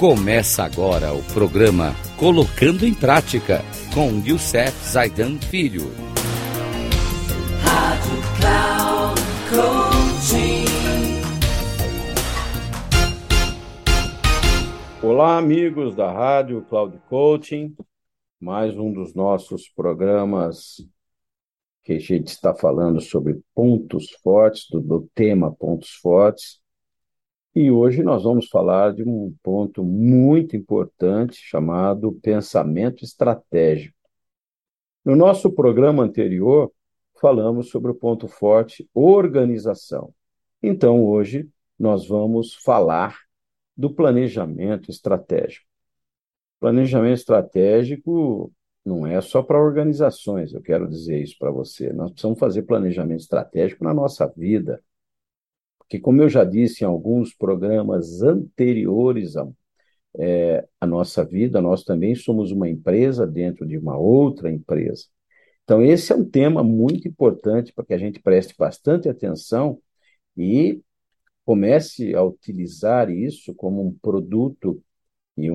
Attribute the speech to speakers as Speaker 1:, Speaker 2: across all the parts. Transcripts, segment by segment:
Speaker 1: Começa agora o programa Colocando em Prática, com Youssef Zaidan Filho.
Speaker 2: Rádio Cloud Coaching.
Speaker 3: Olá, amigos da Rádio Cloud Coaching, mais um dos nossos programas que a gente está falando sobre pontos fortes, do tema pontos fortes. E hoje nós vamos falar de um ponto muito importante chamado pensamento estratégico. No nosso programa anterior, falamos sobre o ponto forte organização. Então, hoje, nós vamos falar do planejamento estratégico. Planejamento estratégico não é só para organizações, eu quero dizer isso para você. Nós precisamos fazer planejamento estratégico na nossa vida. Porque, como eu já disse em alguns programas anteriores à nossa vida, nós também somos uma empresa dentro de uma outra empresa. Então, esse é um tema muito importante para que a gente preste bastante atenção e comece a utilizar isso como um produto e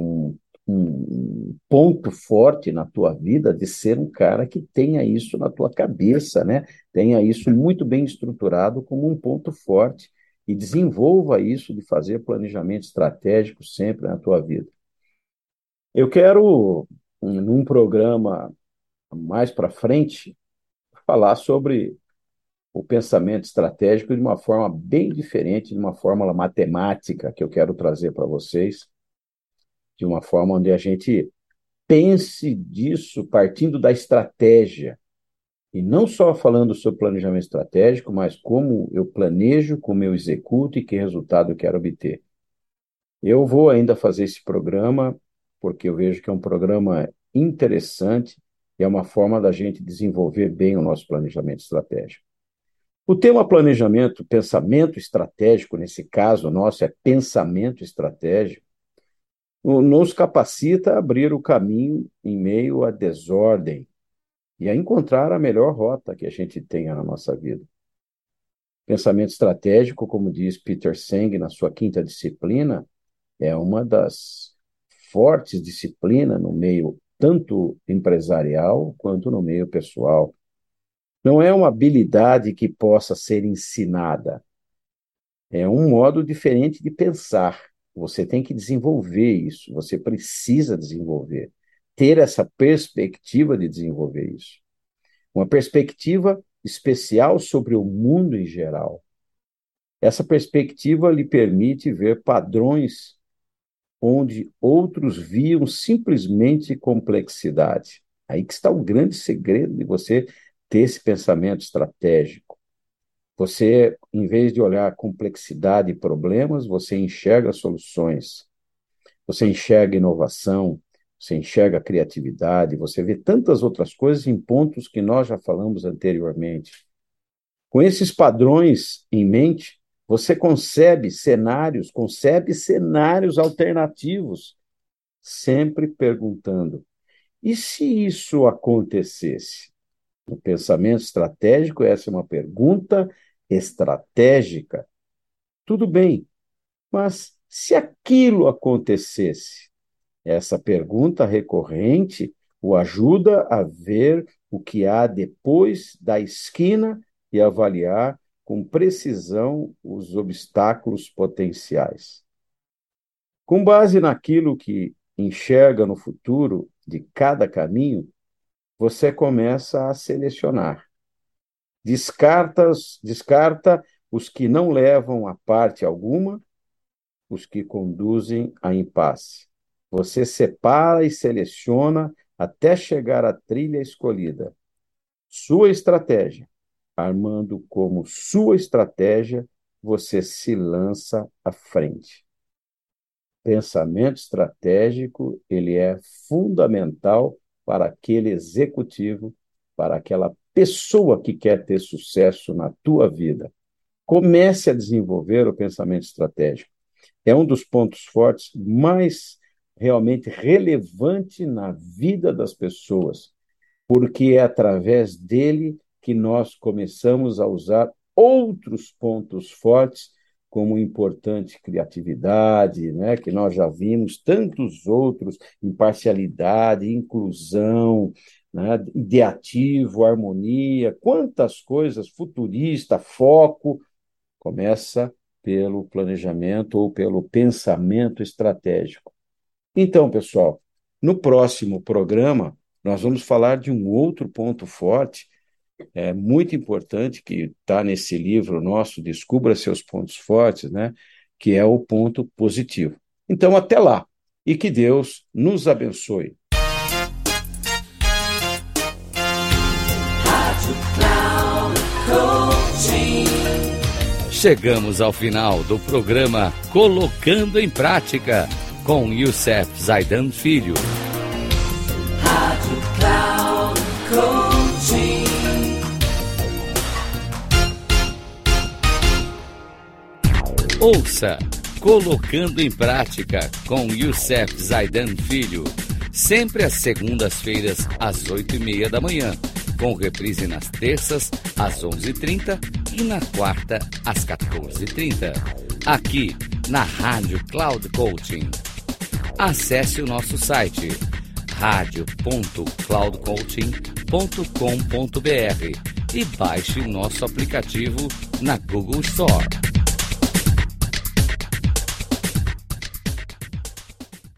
Speaker 3: um ponto forte na tua vida de ser um cara que tenha isso na tua cabeça, né? Tenha isso muito bem estruturado como um ponto forte e desenvolva isso de fazer planejamento estratégico sempre na tua vida. Eu quero, num programa mais para frente, falar sobre o pensamento estratégico de uma forma bem diferente, de uma fórmula matemática que eu quero trazer para vocês, de uma forma onde a gente pense disso partindo da estratégia. E não só falando sobre planejamento estratégico, mas como eu planejo, como eu executo e que resultado eu quero obter. Eu vou ainda fazer esse programa, porque eu vejo que é um programa interessante e é uma forma da gente desenvolver bem o nosso planejamento estratégico. O tema planejamento, pensamento estratégico, nesse caso nosso é pensamento estratégico, nos capacita a abrir o caminho em meio à desordem e a encontrar a melhor rota que a gente tenha na nossa vida. Pensamento estratégico, como diz Peter Senge na sua quinta disciplina, é uma das fortes disciplinas no meio tanto empresarial quanto no meio pessoal. Não é uma habilidade que possa ser ensinada, é um modo diferente de pensar. Você tem que desenvolver isso, você precisa desenvolver, ter essa perspectiva de desenvolver isso. Uma perspectiva especial sobre o mundo em geral. Essa perspectiva lhe permite ver padrões onde outros viam simplesmente complexidade. Aí que está o grande segredo de você ter esse pensamento estratégico. Você, em vez de olhar complexidade e problemas, você enxerga soluções, você enxerga inovação, você enxerga criatividade, você vê tantas outras coisas em pontos que nós já falamos anteriormente. Com esses padrões em mente, você concebe cenários alternativos, sempre perguntando: e se isso acontecesse? No pensamento estratégico, essa é uma pergunta estratégica. Tudo bem, mas se aquilo acontecesse? Essa pergunta recorrente o ajuda a ver o que há depois da esquina e avaliar com precisão os obstáculos potenciais. Com base naquilo que enxerga no futuro de cada caminho, você começa a selecionar. Descarta os que não levam a parte alguma, os que conduzem a impasse. Você separa e seleciona até chegar à trilha escolhida. Sua estratégia. Armando como sua estratégia, você se lança à frente. Pensamento estratégico, ele é fundamental para aquele executivo, para aquela pessoa que quer ter sucesso na tua vida. Comece a desenvolver o pensamento estratégico. É um dos pontos fortes mais realmente relevante na vida das pessoas, porque é através dele que nós começamos a usar outros pontos fortes como importante criatividade, né, que nós já vimos, tantos outros, imparcialidade, inclusão, né, ideativo, harmonia, quantas coisas, futurista, foco, começa pelo planejamento ou pelo pensamento estratégico. Então, pessoal, no próximo programa, nós vamos falar de um outro ponto forte, muito importante, que está nesse livro nosso, Descubra Seus Pontos Fortes, né? Que é o ponto positivo. Então, até lá, e que Deus nos abençoe.
Speaker 1: Chegamos ao final do programa Colocando em Prática, com Youssef Zaidan Filho.
Speaker 2: Rádio Cloud Coaching.
Speaker 1: Ouça Colocando em Prática, com Youssef Zaidan Filho, sempre às segundas-feiras, às 8h30 da manhã, com reprise nas terças, às 11h30 e na quarta, às 14h30, aqui na Rádio Cloud Coaching. Acesse o nosso site radio.cloudcoaching.com.br e baixe nosso aplicativo na Google Store.